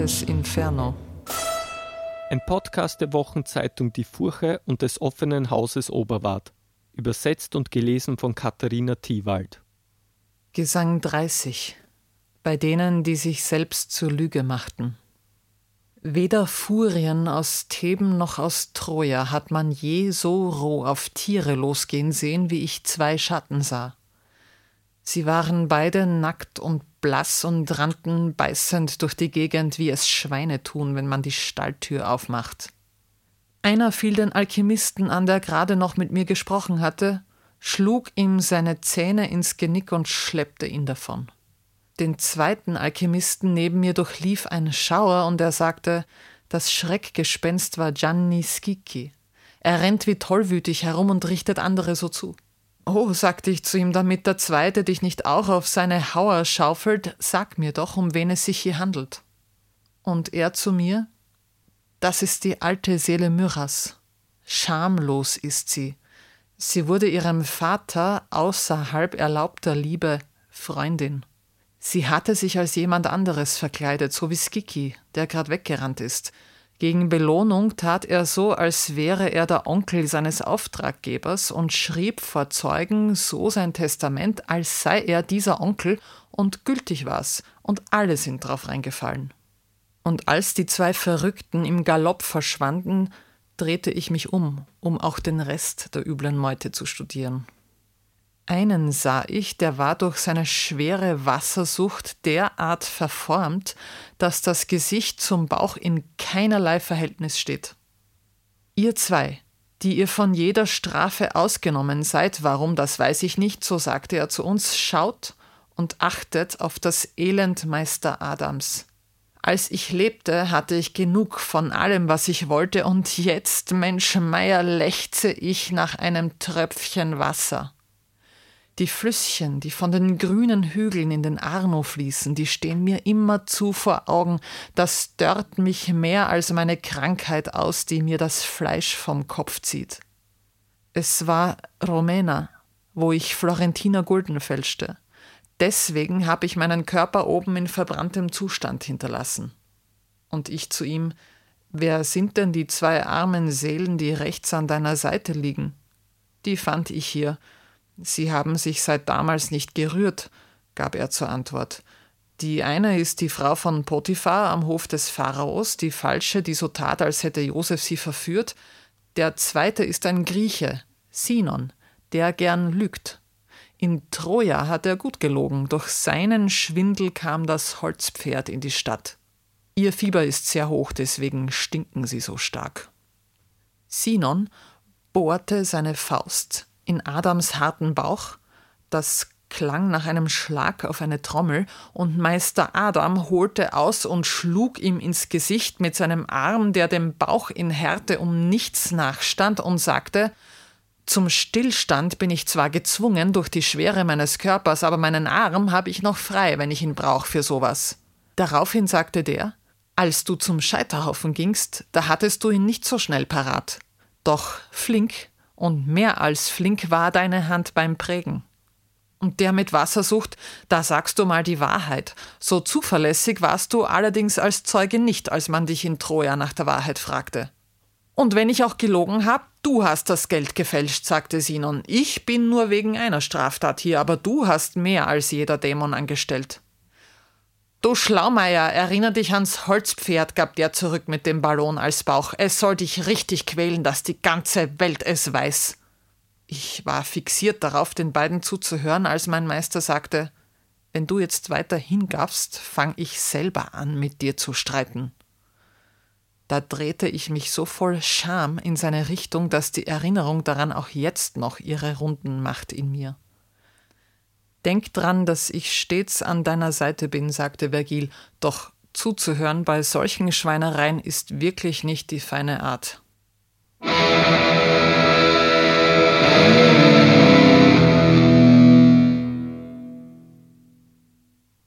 Dantes Inferno. Ein Podcast der Wochenzeitung Die Furche und des Offenen Hauses Oberwart. Übersetzt und gelesen von Katharina Thiewald. Gesang 30. Bei denen, die sich selbst zur Lüge machten. Weder Furien aus Theben noch aus Troja hat man je so roh auf Tiere losgehen sehen, wie ich zwei Schatten sah. Sie waren beide nackt und blass und rannten beißend durch die Gegend, wie es Schweine tun, wenn man die Stalltür aufmacht. Einer fiel den Alchemisten an, der gerade noch mit mir gesprochen hatte, schlug ihm seine Zähne ins Genick und schleppte ihn davon. Den zweiten Alchemisten neben mir durchlief ein Schauer und er sagte, das Schreckgespenst war Gianni Schicchi. Er rennt wie tollwütig herum und richtet andere so zu. »Oh«, sagte ich zu ihm, »damit der Zweite dich nicht auch auf seine Hauer schaufelt, sag mir doch, um wen es sich hier handelt.« Und er zu mir, »Das ist die alte Seele Myras. Schamlos ist sie. Sie wurde ihrem Vater außerhalb erlaubter Liebe Freundin. Sie hatte sich als jemand anderes verkleidet, so wie Schicchi, der gerade weggerannt ist. Gegen Belohnung tat er so, als wäre er der Onkel seines Auftraggebers und schrieb vor Zeugen so sein Testament, als sei er dieser Onkel und gültig war's und alle sind drauf reingefallen. Und als die zwei Verrückten im Galopp verschwanden, drehte ich mich um auch den Rest der üblen Meute zu studieren. Einen sah ich, der war durch seine schwere Wassersucht derart verformt, dass das Gesicht zum Bauch in keinerlei Verhältnis steht. Ihr zwei, die ihr von jeder Strafe ausgenommen seid, warum, das weiß ich nicht, so sagte er zu uns, schaut und achtet auf das Elend Meister Adams. Als ich lebte, hatte ich genug von allem, was ich wollte, und jetzt, Menschenmeier, lechze ich nach einem Tröpfchen Wasser. Die Flüsschen, die von den grünen Hügeln in den Arno fließen, die stehen mir immerzu vor Augen. Das dörrt mich mehr als meine Krankheit aus, die mir das Fleisch vom Kopf zieht. Es war Romena, wo ich Florentiner Gulden fälschte. Deswegen habe ich meinen Körper oben in verbranntem Zustand hinterlassen. Und ich zu ihm, wer sind denn die zwei armen Seelen, die rechts an deiner Seite liegen? Die fand ich hier. Sie haben sich seit damals nicht gerührt, gab er zur Antwort. Die eine ist die Frau von Potiphar am Hof des Pharaos, die Falsche, die so tat, als hätte Josef sie verführt. Der zweite ist ein Grieche, Sinon, der gern lügt. In Troja hat er gut gelogen, durch seinen Schwindel kam das Holzpferd in die Stadt. Ihr Fieber ist sehr hoch, deswegen stinken sie so stark. Sinon bohrte seine Faust in Adams harten Bauch, das klang nach einem Schlag auf eine Trommel, und Meister Adam holte aus und schlug ihm ins Gesicht mit seinem Arm, der dem Bauch in Härte um nichts nachstand, und sagte, zum Stillstand bin ich zwar gezwungen durch die Schwere meines Körpers, aber meinen Arm habe ich noch frei, wenn ich ihn brauche für sowas. Daraufhin sagte der, als du zum Scheiterhaufen gingst, da hattest du ihn nicht so schnell parat. Doch flink und mehr als flink war deine Hand beim Prägen. Und der mit Wassersucht, da sagst du mal die Wahrheit. So zuverlässig warst du allerdings als Zeuge nicht, als man dich in Troja nach der Wahrheit fragte. Und wenn ich auch gelogen hab, du hast das Geld gefälscht, sagte Sinon. Ich bin nur wegen einer Straftat hier, aber du hast mehr als jeder Dämon angestellt. Du Schlaumeier, erinner dich ans Holzpferd, gab der zurück mit dem Ballon als Bauch. Es soll dich richtig quälen, dass die ganze Welt es weiß. Ich war fixiert darauf, den beiden zuzuhören, als mein Meister sagte, wenn du jetzt weiter hingaffst, fang ich selber an, mit dir zu streiten. Da drehte ich mich so voll Scham in seine Richtung, dass die Erinnerung daran auch jetzt noch ihre Runden macht in mir. Denk dran, dass ich stets an deiner Seite bin, sagte Vergil, doch zuzuhören bei solchen Schweinereien ist wirklich nicht die feine Art.